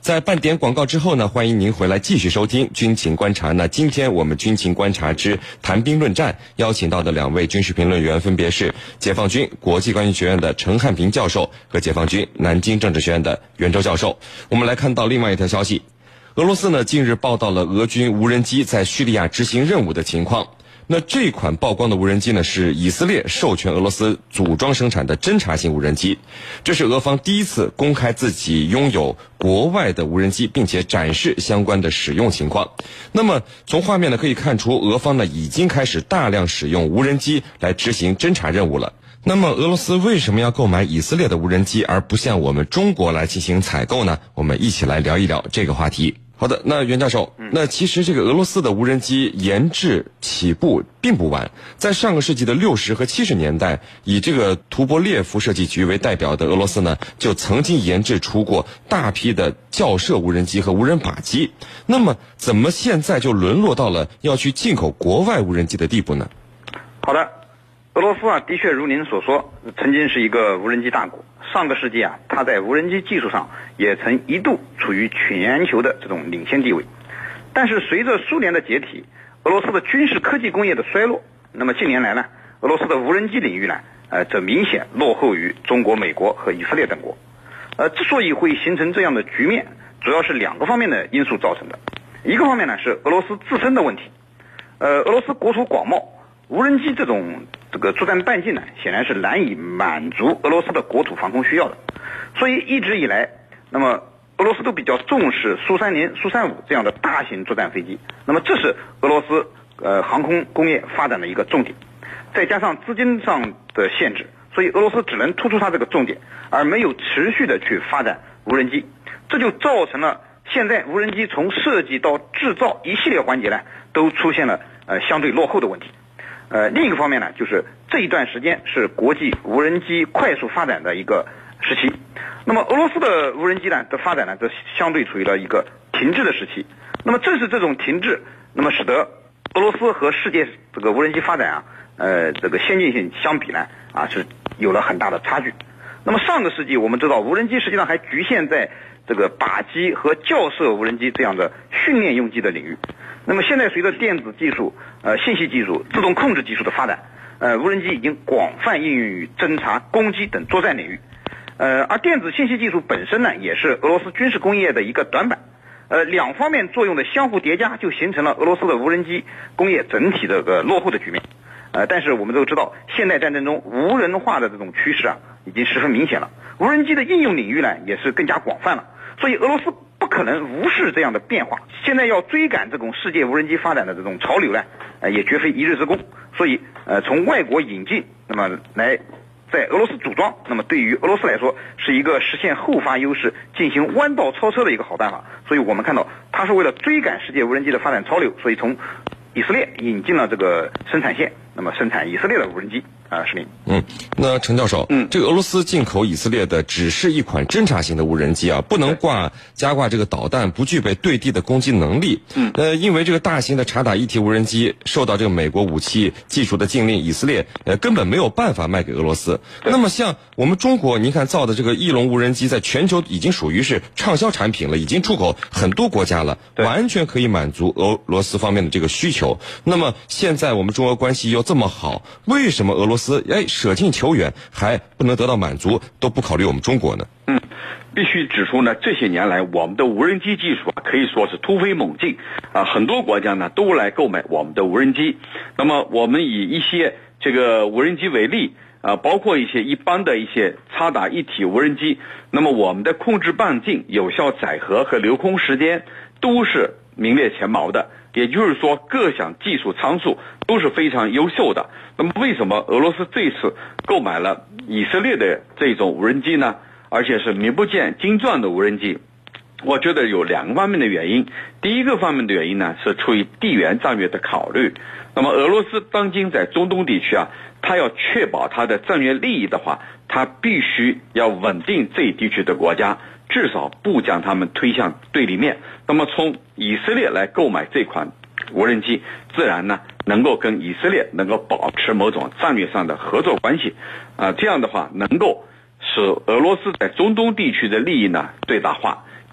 在半点广告之后呢，欢迎您回来继续收听军情观察。那今天我们军情观察之谈兵论战邀请到的两位军事评论员分别是解放军国际关系学院的陈汉平教授和解放军南京政治学院的袁周教授。我们来看到另外一条消息，俄罗斯呢近日报道了俄军无人机在叙利亚执行任务的情况。那这款曝光的无人机呢，是以色列授权俄罗斯组装生产的侦察型无人机，这是俄方第一次公开自己拥有国外的无人机，并且展示相关的使用情况。那么从画面呢可以看出，俄方呢已经开始大量使用无人机来执行侦察任务了。那么俄罗斯为什么要购买以色列的无人机，而不向我们中国来进行采购呢？我们一起来聊一聊这个话题。好的，那袁教授，那其实这个俄罗斯的无人机研制起步并不晚，在上个世纪的60和70年代，以这个图波列夫设计局为代表的俄罗斯呢，就曾经研制出过大批的校射无人机和无人靶机。那么，怎么现在就沦落到了要去进口国外无人机的地步呢？ 好的，俄罗斯的确如您所说，曾经是一个无人机大国。上个世纪它在无人机技术上也曾一度处于全球的这种领先地位。但是随着苏联的解体，俄罗斯的军事科技工业的衰落，那么近年来呢，俄罗斯的无人机领域呢，则明显落后于中国、美国和以色列等国。之所以会形成这样的局面，主要是两个方面的因素造成的。一个方面呢是俄罗斯自身的问题，俄罗斯国土广袤，无人机这个作战半径呢，显然是难以满足俄罗斯的国土防空需要的。所以一直以来，那么俄罗斯都比较重视苏30、苏35这样的大型作战飞机。那么这是俄罗斯航空工业发展的一个重点。再加上资金上的限制，所以俄罗斯只能突出它这个重点，而没有持续的去发展无人机。这就造成了现在无人机从设计到制造一系列环节呢，都出现了相对落后的问题。另一个方面呢，就是这一段时间是国际无人机快速发展的一个时期。那么俄罗斯的无人机呢的发展呢，则相对处于了一个停滞的时期。那么正是这种停滞，那么使得俄罗斯和世界这个无人机发展这个先进性相比呢是有了很大的差距。那么上个世纪我们知道，无人机实际上还局限在这个靶机和校射无人机这样的训练用机的领域。那么现在随着电子技术、信息技术、自动控制技术的发展，无人机已经广泛应用于侦察、攻击等作战领域。而电子信息技术本身呢，也是俄罗斯军事工业的一个短板。两方面作用的相互叠加，就形成了俄罗斯的无人机工业整体的落后的局面。但是我们都知道，现代战争中无人化的这种趋势已经十分明显了，无人机的应用领域呢也是更加广泛了。所以俄罗斯不可能无视这样的变化，现在要追赶这种世界无人机发展的这种潮流呢，也绝非一日之功。所以从外国引进，那么来在俄罗斯组装，那么对于俄罗斯来说是一个实现后发优势、进行弯道超车的一个好办法。所以我们看到，它是为了追赶世界无人机的发展潮流，所以从以色列引进了这个生产线，那么生产以色列的无人机是您。 那陈教授，这个俄罗斯进口以色列的只是一款侦察型的无人机不能加挂这个导弹，不具备对地的攻击能力。因为这个大型的察打一体无人机受到这个美国武器技术的禁令，以色列根本没有办法卖给俄罗斯。那么像我们中国，您看造的这个翼龙无人机，在全球已经属于是畅销产品了，已经出口很多国家了，完全可以满足俄罗斯方面的这个需求。那么现在我们中俄关系又这么好，为什么俄罗斯舍近求远还不能得到满足，都不考虑我们中国呢？ 必须指出呢，这些年来我们的无人机技术可以说是突飞猛进很多国家呢都来购买我们的无人机。那么我们以一些这个无人机为例包括一些一般的一些察打一体无人机，那么我们的控制半径、有效载荷和留空时间都是名列前茅的，也就是说各项技术参数都是非常优秀的。那么为什么俄罗斯这次购买了以色列的这种无人机呢？而且是名不见经传的无人机？我觉得有两个方面的原因。第一个方面的原因呢，是出于地缘战略的考虑。那么俄罗斯当今在中东地区它要确保它的战略利益的话，它必须要稳定这一地区的国家，至少不将他们推向对立面。那么从以色列来购买这款无人机，自然呢能够跟以色列能够保持某种战略上的合作关系这样的话能够使俄罗斯在中东地区的利益呢最大化，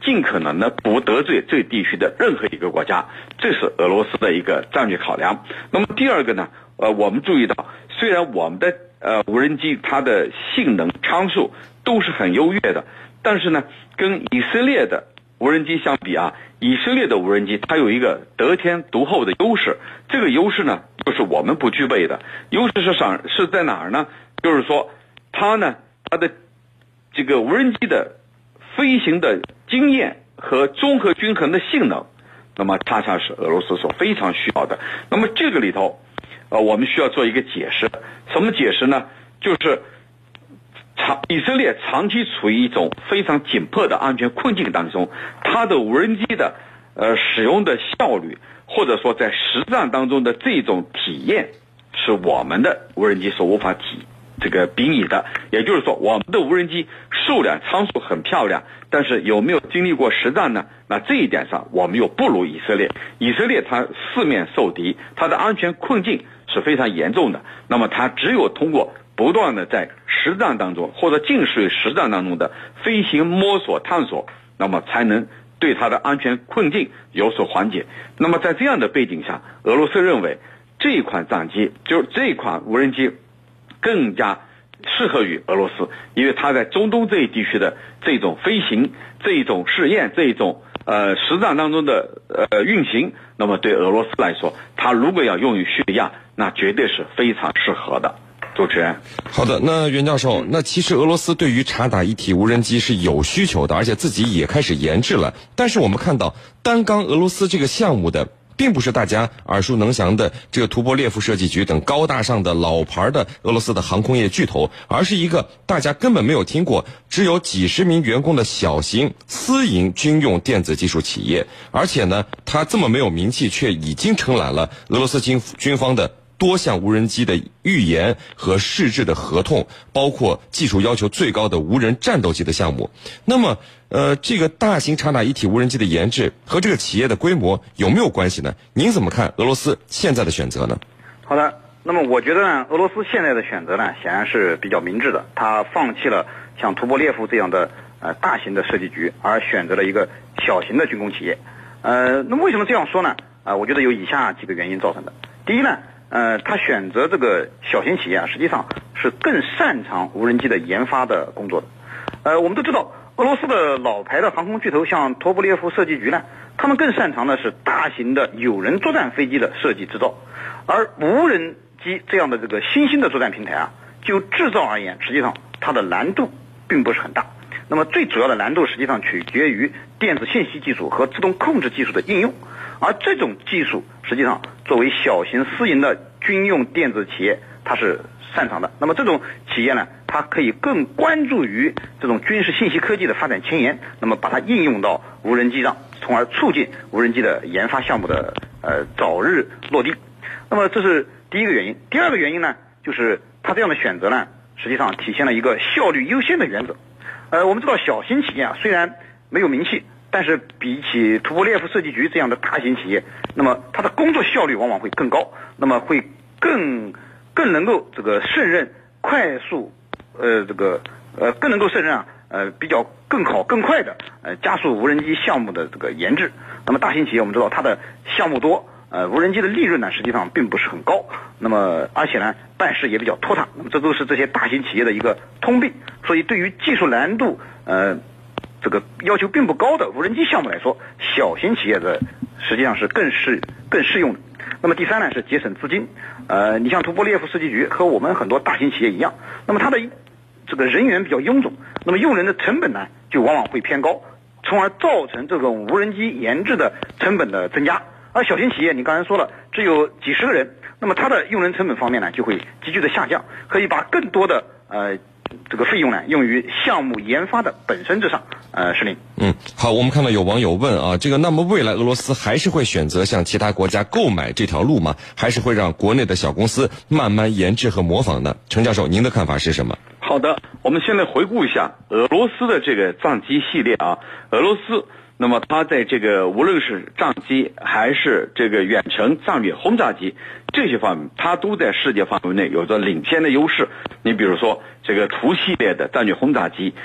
尽可能的不得罪这地区的任何一个国家，这是俄罗斯的一个战略考量。那么第二个呢，我们注意到，虽然我们的无人机它的性能参数都是很优越的，但是呢，跟以色列的无人机相比啊，以色列的无人机它有一个得天独厚的优势，这个优势呢就是我们不具备的。优势是在哪儿呢？就是说它的这个无人机的飞行的经验和综合均衡的性能，那么恰恰是俄罗斯所非常需要的。那么这个里头我们需要做一个解释。什么解释呢？就是以色列长期处于一种非常紧迫的安全困境当中，它的无人机的使用的效率，或者说在实战当中的这种体验，是我们的无人机所无法比拟的。也就是说，我们的无人机数量参数很漂亮，但是有没有经历过实战呢？那这一点上我们又不如以色列。以色列它四面受敌，它的安全困境是非常严重的，那么它只有通过不断的在实战当中或者近似于实战当中的飞行摸索探索，那么才能对它的安全困境有所缓解。那么在这样的背景下，俄罗斯认为这款战机，就是这款无人机更加适合于俄罗斯，因为它在中东这一地区的这种飞行、这一种试验、这一种实战当中的运行，那么对俄罗斯来说，它如果要用于叙利亚，那绝对是非常适合的。主持人， 好的，那袁教授，那其实俄罗斯对于察打一体无人机是有需求的，而且自己也开始研制了。但是我们看到，担纲俄罗斯这个项目的，并不是大家耳熟能详的这个图波列夫设计局等高大上的老牌的俄罗斯的航空业巨头，而是一个大家根本没有听过，只有几十名员工的小型私营军用电子技术企业。而且呢，它这么没有名气，却已经承揽了俄罗斯军方的多项无人机的预研和试制的合同，包括技术要求最高的无人战斗机的项目。那么这个大型察打一体无人机的研制和这个企业的规模有没有关系呢？您怎么看俄罗斯现在的选择呢？ 好的，那么我觉得呢，俄罗斯现在的选择呢，显然是比较明智的。他放弃了像图波列夫这样的大型的设计局，而选择了一个小型的军工企业。那么为什么这样说呢？我觉得有以下几个原因造成的。第一呢，他选择这个小型企业实际上是更擅长无人机的研发的工作的。我们都知道，俄罗斯的老牌的航空巨头像托布列夫设计局呢，他们更擅长的是大型的有人作战飞机的设计制造，而无人机这样的这个新兴的作战平台就制造而言，实际上它的难度并不是很大。那么最主要的难度实际上取决于电子信息技术和自动控制技术的应用，而这种技术实际上作为小型私营的军用电子企业它是擅长的。那么这种企业呢，它可以更关注于这种军事信息科技的发展前沿，那么把它应用到无人机上，从而促进无人机的研发项目的早日落地。那么这是第一个原因。第二个原因呢，就是它这样的选择呢，实际上体现了一个效率优先的原则。我们知道小型企业虽然没有名气，但是比起图波列夫设计局这样的大型企业，那么它的工作效率往往会更高，那么会更能够这个胜任快速更能够胜任比较更好更快的加速无人机项目的这个研制。那么大型企业我们知道它的项目多，无人机的利润呢实际上并不是很高，那么而且呢办事也比较拖沓，那么这都是这些大型企业的一个通病。所以对于技术难度这个要求并不高的无人机项目来说，小型企业的实际上是更适用的。那么第三呢是节省资金。你像图波列夫设计局和我们很多大型企业一样，那么它的这个人员比较臃肿，那么用人的成本呢就往往会偏高，从而造成这种无人机研制的成本的增加。而小型企业你刚才说了只有几十个人，那么它的用人成本方面呢就会急剧的下降，可以把更多的这个费用呢用于项目研发的本身之上。石林。 好，我们看到有网友问那么未来俄罗斯还是会选择向其他国家购买这条路吗？还是会让国内的小公司慢慢研制和模仿呢？程教授，您的看法是什么？ 好的，我们现在回顾一下俄罗斯的这个战机系列俄罗斯那么它在这个无论是战机还是这个远程战略轰炸机这些方面，它都在世界范围内有着领先的优势。你比如说这个图系列的战略轰炸机，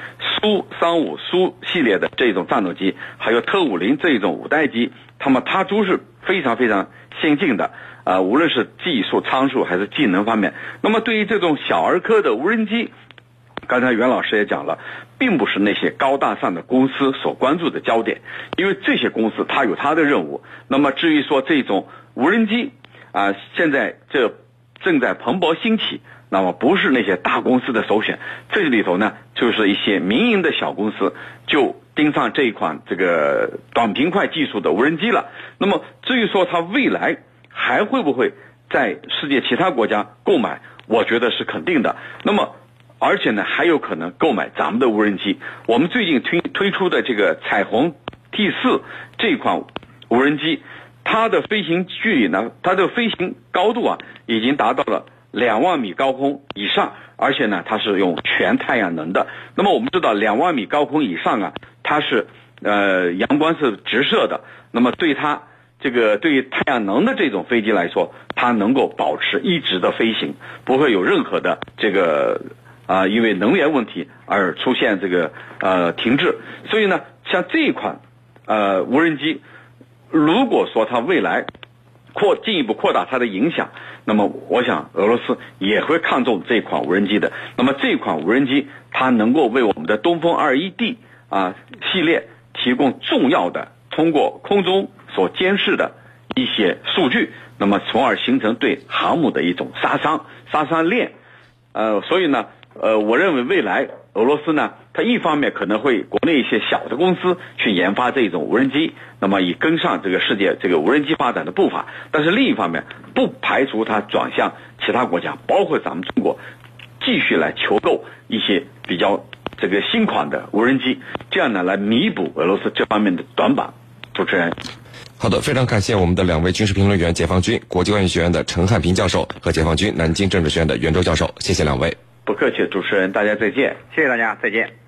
苏系列的这种战斗机，还有特50这种五代机，它都是非常非常先进的，无论是技术参数还是技能方面。那么对于这种小儿科的无人机，刚才袁老师也讲了，并不是那些高大上的公司所关注的焦点，因为这些公司它有它的任务。那么至于说这种无人机现在这正在蓬勃兴起，那么不是那些大公司的首选，这里头呢就是一些民营的小公司就盯上这一款这个短平快技术的无人机了。那么至于说它未来还会不会在世界其他国家购买，我觉得是肯定的。那么而且呢还有可能购买咱们的无人机。我们最近推出的这个彩虹 T4 这款无人机，它的飞行距离呢，它的飞行高度已经达到了2万米高空以上，而且呢它是用全太阳能的。那么我们知道2万米高空以上它是阳光是直射的，那么对它这个对于太阳能的这种飞机来说，它能够保持一直的飞行，不会有任何的这个因为能源问题而出现这个停滞。所以呢像这一款无人机，如果说它未来进一步扩大它的影响，那么我想俄罗斯也会看重这款无人机的。那么这款无人机它能够为我们的东风21D系列提供重要的通过空中所监视的一些数据，那么从而形成对航母的一种杀伤链。所以呢我认为未来俄罗斯呢，它一方面可能会国内一些小的公司去研发这种无人机，那么以跟上这个世界这个无人机发展的步伐，但是另一方面不排除它转向其他国家，包括咱们中国，继续来求购一些比较这个新款的无人机，这样呢来弥补俄罗斯这方面的短板。主持人。 好的，非常感谢我们的2位军事评论员，解放军国际关系学院的陈汉平教授和解放军南京政治学院的袁周教授，谢谢2位。 不客气，主持人，大家再见。 谢谢大家，再见。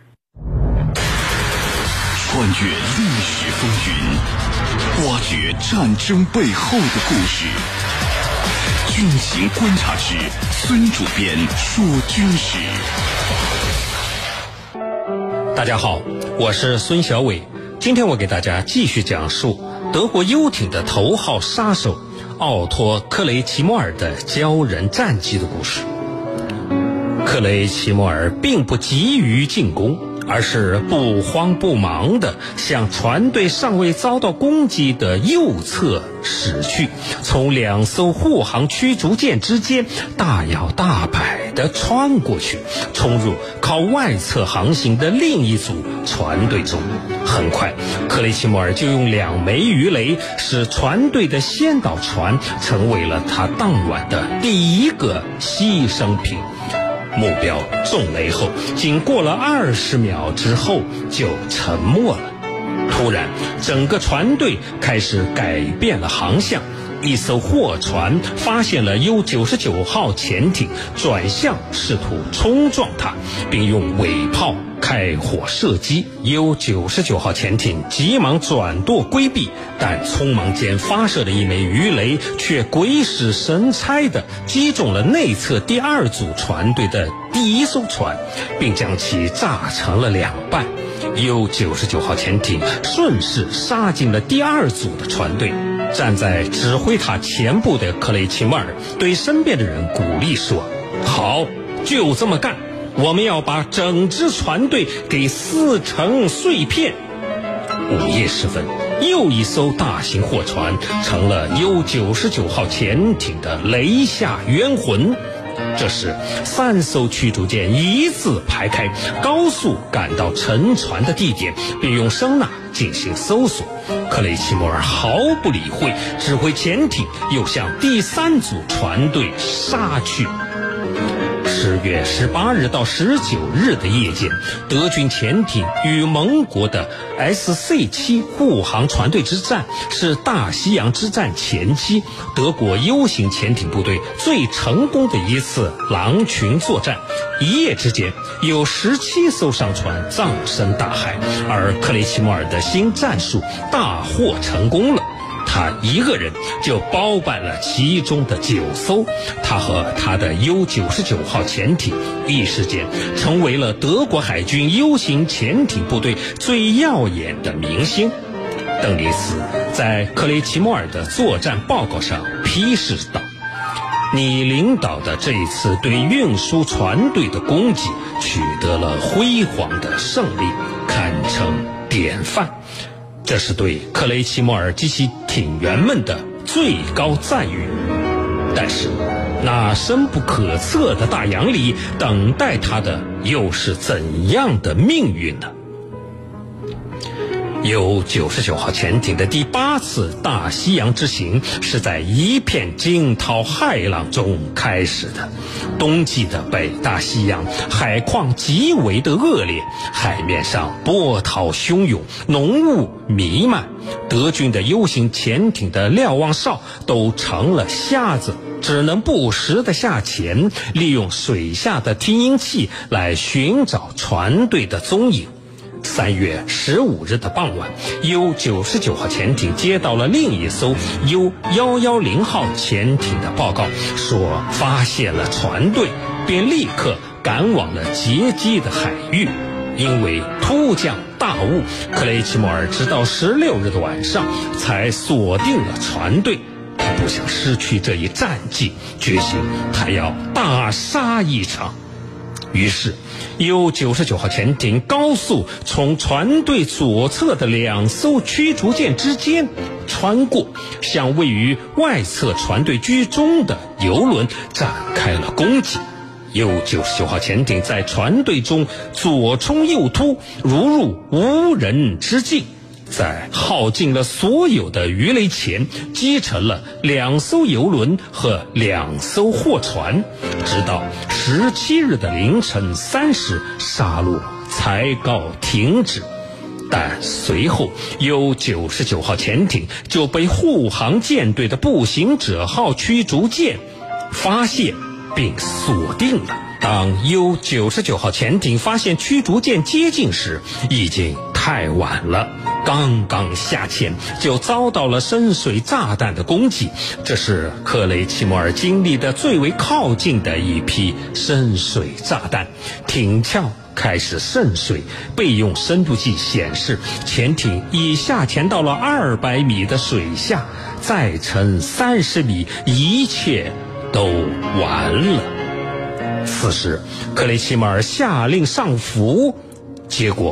穿越历史风云，挖掘战争背后的故事。军情观察之孙主编说军事。 大家好，我是孙小伟。今天我给大家继续讲述德国游艇的头号杀手奥托·克雷奇莫尔的骄人战绩的故事。克雷奇莫尔并不急于进攻，而是不慌不忙地向船队尚未遭到攻击的右侧驶去，从2艘护航驱逐舰之间大摇大摆地穿过去，冲入靠外侧航行的另一组船队中。很快，克雷奇莫尔就用2枚鱼雷使船队的先导船成为了他当晚的第一个牺牲品。目标中雷后，仅过了20秒之后就沉没了。突然，整个船队开始改变了航向。一艘货船发现了 U-99 号潜艇，转向试图冲撞它，并用尾炮开火射击。U-99 号潜艇急忙转舵规避，但匆忙间发射的1枚鱼雷却鬼使神差地击中了内侧第2组船队的第1艘船，并将其炸成了2半。U-99 号潜艇顺势杀进了第2组的船队。站在指挥塔前部的克雷奇莫尔对身边的人鼓励说：“好，就这么干，我们要把整支船队给撕成碎片。”午夜时分，又一艘大型货船成了 U-99 号潜艇的雷下冤魂。这时3艘驱逐舰一字排开，高速赶到沉船的地点，并用声呐进行搜索。克雷奇莫尔毫不理会，指挥潜艇又向第3组船队杀去。10月18日到19日的夜间，德军潜艇与盟国的 SC-7 护航船队之战是大西洋之战前期德国 U 型潜艇部队最成功的一次狼群作战。一夜之间，有17艘商船葬身大海，而克雷奇莫尔的新战术大获成功了。他他一个人就包办了其中的9艘，他和他的 U-99 号潜艇一时间成为了德国海军 U 型潜艇部队最耀眼的明星。邓尼斯在克雷奇莫尔的作战报告上批示道：你领导的这一次对运输船队的攻击取得了辉煌的胜利，堪称典范。这是对克雷奇莫尔及其艇员们的最高赞誉。但是那深不可测的大洋里等待他的又是怎样的命运呢？U-99 号潜艇的第8次大西洋之行是在一片惊涛骇浪中开始的。冬季的北大西洋海况极为的恶劣，海面上波涛汹涌，浓雾弥漫，德军的 U 型潜艇的瞭望哨都成了瞎子，只能不时地下潜，利用水下的听音器来寻找船队的踪影。3月15日的傍晚， U-99 号潜艇接到了另一艘 U-110 号潜艇的报告，说发现了船队，便立刻赶往了截击的海域。因为突降大雾，克雷奇莫尔直到16日的晚上才锁定了船队。他不想失去这一战绩，决心他要大杀一场。于是 U-99 号潜艇高速从船队左侧的2艘驱逐舰之间穿过，向位于外侧船队居中的油轮展开了攻击。U-99 号潜艇在船队中左冲右突，如入无人之境，在耗尽了所有的鱼雷前击沉了2艘油轮和2艘货船，直到17日的凌晨3时，杀戮才告停止。但随后 U-99 号潜艇就被护航舰队的步行者号驱逐舰发现并锁定了。当 U-99 号潜艇发现驱逐舰接近时，已经太晚了。刚刚下潜就遭到了深水炸弹的攻击，这是克雷奇莫尔经历的最为靠近的一批深水炸弹。艇壳开始渗水，备用深度计显示潜艇已下潜到了200米的水下，再沉30米，一切都完了。此时克雷奇莫尔下令上浮，结果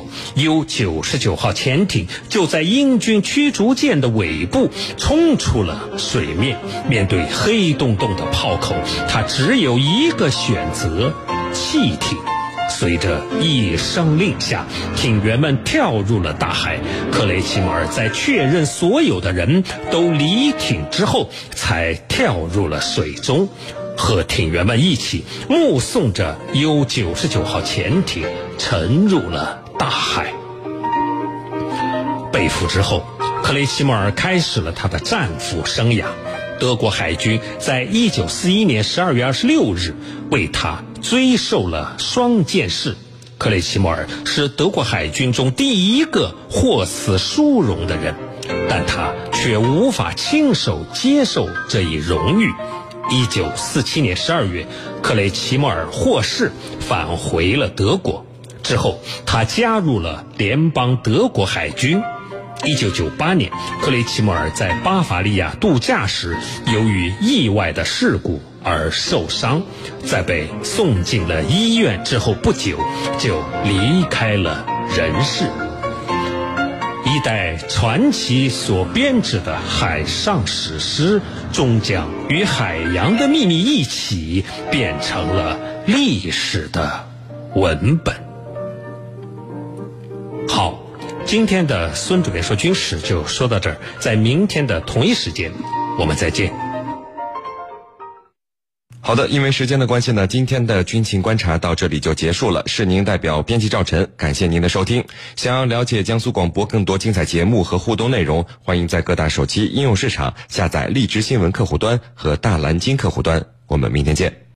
U-99 号潜艇就在英军驱逐舰的尾部冲出了水面。面对黑洞洞的炮口，他只有一个选择：弃艇。随着一声令下，艇员们跳入了大海。克雷奇莫尔在确认所有的人都离艇之后，才跳入了水中，和艇员们一起目送着 U-99 号潜艇沉入了大海。被俘之后，克雷奇莫尔开始了他的战俘生涯。德国海军在1941年12月26日为他追授了双剑士。克雷奇莫尔是德国海军中第一个获此殊荣的人，但他却无法亲手接受这一荣誉。1947年12月，克雷奇莫尔获释，返回了德国。之后他加入了联邦德国海军。1998年，克雷奇莫尔在巴伐利亚度假时，由于意外的事故而受伤，在被送进了医院之后不久，就离开了人世。一代传奇所编制的海上史诗，终将与海洋的秘密一起变成了历史的文本。好，今天的孙主编说军事就说到这儿，在明天的同一时间我们再见。 好的，因为时间的关系呢，今天的军情观察到这里就结束了。是您代表编辑赵晨，感谢您的收听。想要了解江苏广播更多精彩节目和互动内容，欢迎在各大手机应用市场下载荔枝新闻客户端和大蓝鲸客户端。我们明天见。